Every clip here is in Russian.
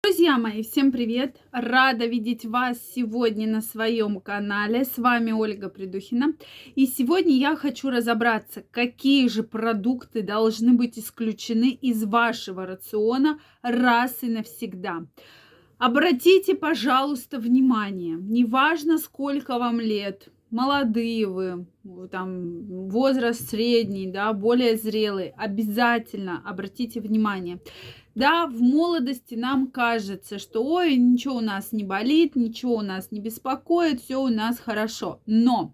Друзья мои, всем привет! Рада видеть вас сегодня на своем канале. С вами Ольга Придухина. И сегодня я хочу разобраться, какие же продукты должны быть исключены из вашего рациона раз и навсегда. Обратите, пожалуйста, внимание, неважно, сколько вам лет, молодые вы, там, возраст средний, да, более зрелый, обязательно обратите внимание. Да, в молодости нам кажется, что ой, ничего у нас не болит, ничего у нас не беспокоит, все у нас хорошо. Но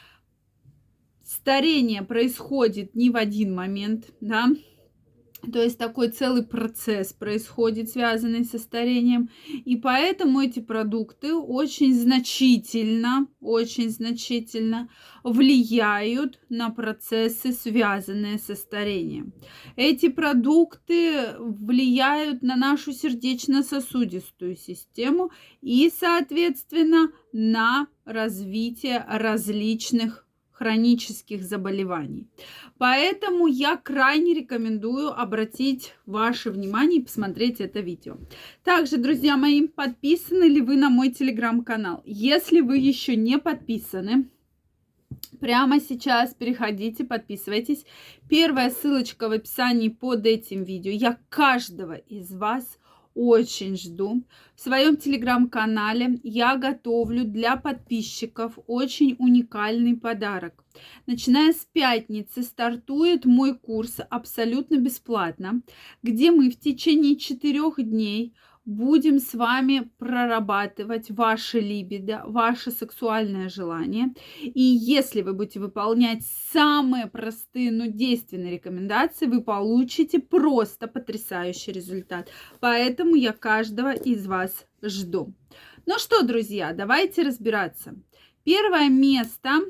старение происходит не в один момент, да, то есть такой целый процесс происходит, связанный со старением. И поэтому эти продукты очень значительно влияют на процессы, связанные со старением. Эти продукты влияют на нашу сердечно-сосудистую систему и, соответственно, на развитие различных хронических заболеваний. Поэтому я крайне рекомендую обратить ваше внимание и посмотреть это видео. Также, друзья мои, подписаны ли вы на мой телеграм-канал? Если вы еще не подписаны, прямо сейчас переходите, подписывайтесь. Первая ссылочка в описании под этим видео. Я каждого из вас очень жду. В своем телеграм-канале я готовлю для подписчиков очень уникальный подарок. Начиная с пятницы стартует мой курс абсолютно бесплатно, где мы в течение 4 дней будем с вами прорабатывать ваше либидо, ваше сексуальное желание. И если вы будете выполнять самые простые, но действенные рекомендации, вы получите просто потрясающий результат. Поэтому я каждого из вас жду. Ну что, друзья, давайте разбираться. Первое место,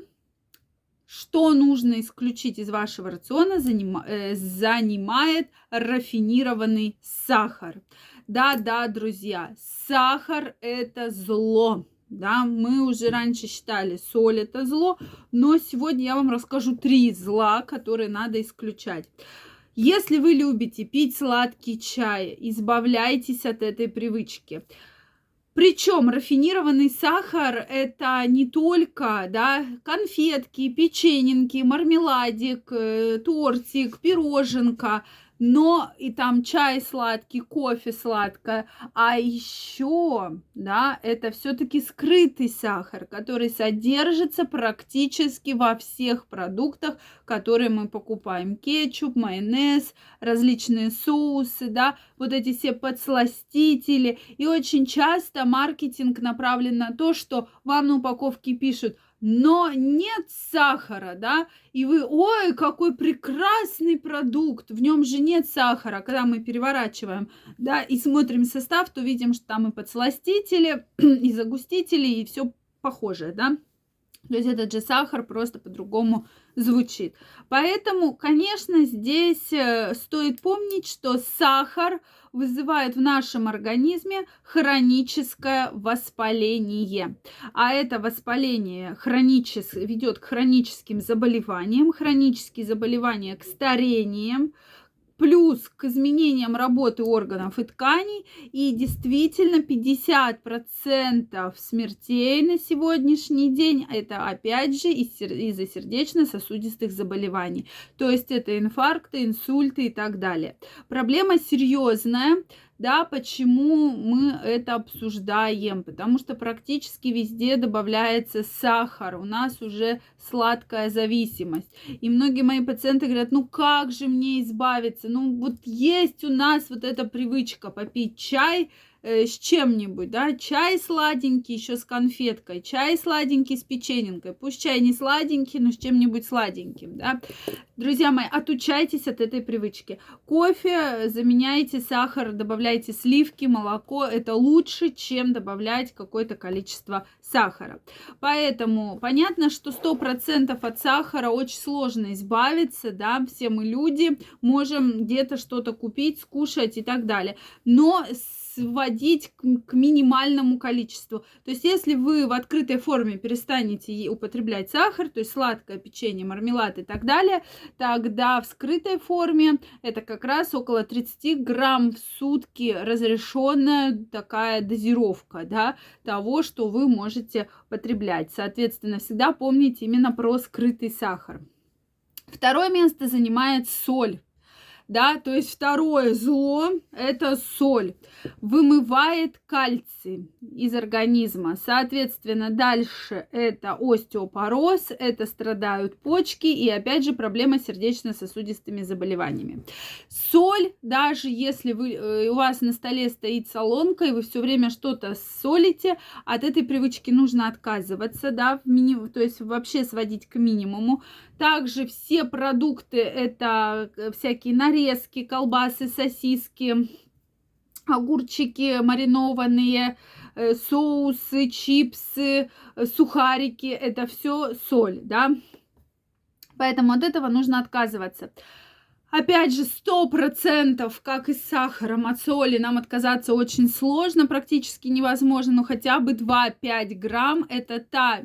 что нужно исключить из вашего рациона, занимает рафинированный сахар. Да, друзья, сахар – это зло. Да, мы уже раньше считали, соль – это зло, но сегодня я вам расскажу 3 зла, которые надо исключать. Если вы любите пить сладкий чай, избавляйтесь от этой привычки. Причем рафинированный сахар – это не только, да, конфетки, печененки, мармеладик, тортик, пироженка, но и там чай сладкий, кофе сладкое, а еще, да, это все-таки скрытый сахар, который содержится практически во всех продуктах, которые мы покупаем: кетчуп, майонез, различные соусы, да, вот эти все подсластители. И очень часто маркетинг направлен на то, что вам на упаковке пишут: но нет сахара, да, и вы, ой, какой прекрасный продукт, в нем же нет сахара. Когда мы переворачиваем, да, и смотрим состав, то видим, что там и подсластители, и загустители, и все похожее, да. То есть этот же сахар просто по-другому звучит. Поэтому, конечно, здесь стоит помнить, что сахар вызывает в нашем организме хроническое воспаление. А это воспаление ведет к хроническим заболеваниям, хронические заболевания к старениям, плюс к изменениям работы органов и тканей. И действительно 50% смертей на сегодняшний день это опять же из-за сердечно-сосудистых заболеваний. То есть это инфаркты, инсульты и так далее. Проблема серьезная. Да, почему мы это обсуждаем? Потому что практически везде добавляется сахар. У нас уже сладкая зависимость. И многие мои пациенты говорят: ну как же мне избавиться? Ну вот есть у нас вот эта привычка попить чай с чем-нибудь, да, чай сладенький еще с конфеткой, чай сладенький с печененкой, пусть чай не сладенький, но с чем-нибудь сладеньким, да. Друзья мои, отучайтесь от этой привычки. Кофе заменяйте сахар, добавляйте сливки, молоко, это лучше, чем добавлять какое-то количество сахара. Поэтому понятно, что 100% от сахара очень сложно избавиться, да, все мы люди, можем где-то что-то купить, скушать и так далее, но сводить к минимальному количеству. То есть, если вы в открытой форме перестанете употреблять сахар, то есть сладкое печенье, мармелад и так далее, тогда в скрытой форме это как раз около 30 грамм в сутки разрешенная такая дозировка, да, того, что вы можете потреблять. Соответственно, всегда помните именно про скрытый сахар. Второе место занимает соль. Да, то есть второе зло – это соль. Вымывает кальций из организма. Соответственно, дальше это остеопороз, это страдают почки и, опять же, проблема с сердечно-сосудистыми заболеваниями. Соль, даже если у вас на столе стоит солонка, и вы все время что-то солите, от этой привычки нужно отказываться, да, то есть вообще сводить к минимуму. Также все продукты, это всякие нарезки, колбасы, сосиски, огурчики маринованные, соусы, чипсы, сухарики, это все соль, да. Поэтому от этого нужно отказываться. Опять же, 100%, как и с сахаром, от соли нам отказаться очень сложно, практически невозможно, но хотя бы 2-5 грамм – это та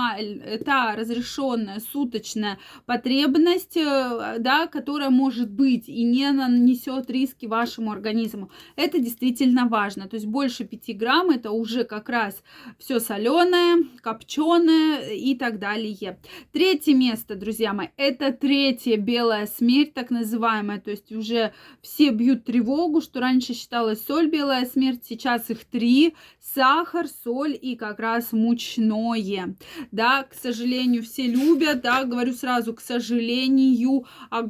разрешенная суточная потребность, да, которая может быть и не нанесет риски вашему организму. Это действительно важно. То есть больше 5 грамм – это уже как раз все соленое, копченое и так далее. Третье место, друзья мои, это третья белая смерть, так называемая. То есть уже все бьют тревогу, что раньше считалась соль, белая смерть, сейчас их 3: сахар, соль и как раз мучное. Да, к сожалению, все любят, да, говорю сразу, к сожалению,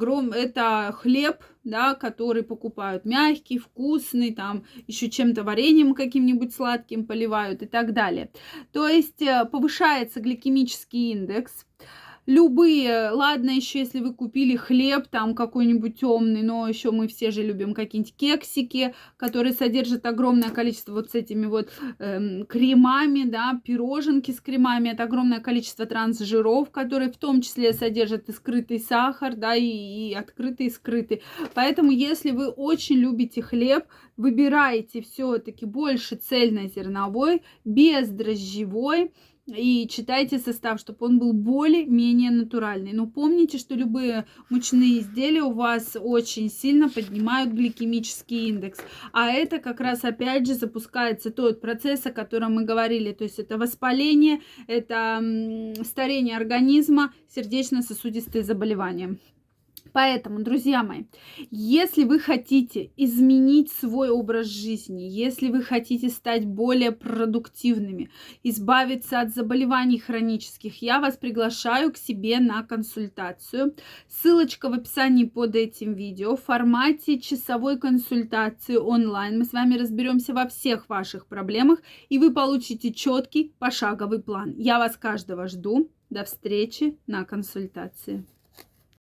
это хлеб, да, который покупают мягкий, вкусный, там еще чем-то вареньем каким-нибудь сладким поливают и так далее. То есть повышается гликемический индекс. Любые, ладно, еще если вы купили хлеб там какой-нибудь темный, но еще мы все же любим какие-нибудь кексики, которые содержат огромное количество вот с этими вот кремами, да, пироженки с кремами, это огромное количество трансжиров, которые в том числе содержат и скрытый сахар, да, и открытый, и скрытый. Поэтому, если вы очень любите хлеб, выбирайте все-таки больше цельнозерновой, бездрожжевой, и читайте состав, чтобы он был более-менее натуральный. Но помните, что любые мучные изделия у вас очень сильно поднимают гликемический индекс. А это как раз опять же запускается тот процесс, о котором мы говорили. То есть это воспаление, это старение организма, сердечно-сосудистые заболевания. Поэтому, друзья мои, если вы хотите изменить свой образ жизни, если вы хотите стать более продуктивными, избавиться от заболеваний хронических, я вас приглашаю к себе на консультацию. Ссылочка в описании под этим видео в формате часовой консультации онлайн. Мы с вами разберемся во всех ваших проблемах, и вы получите четкий пошаговый план. Я вас каждого жду. До встречи на консультации.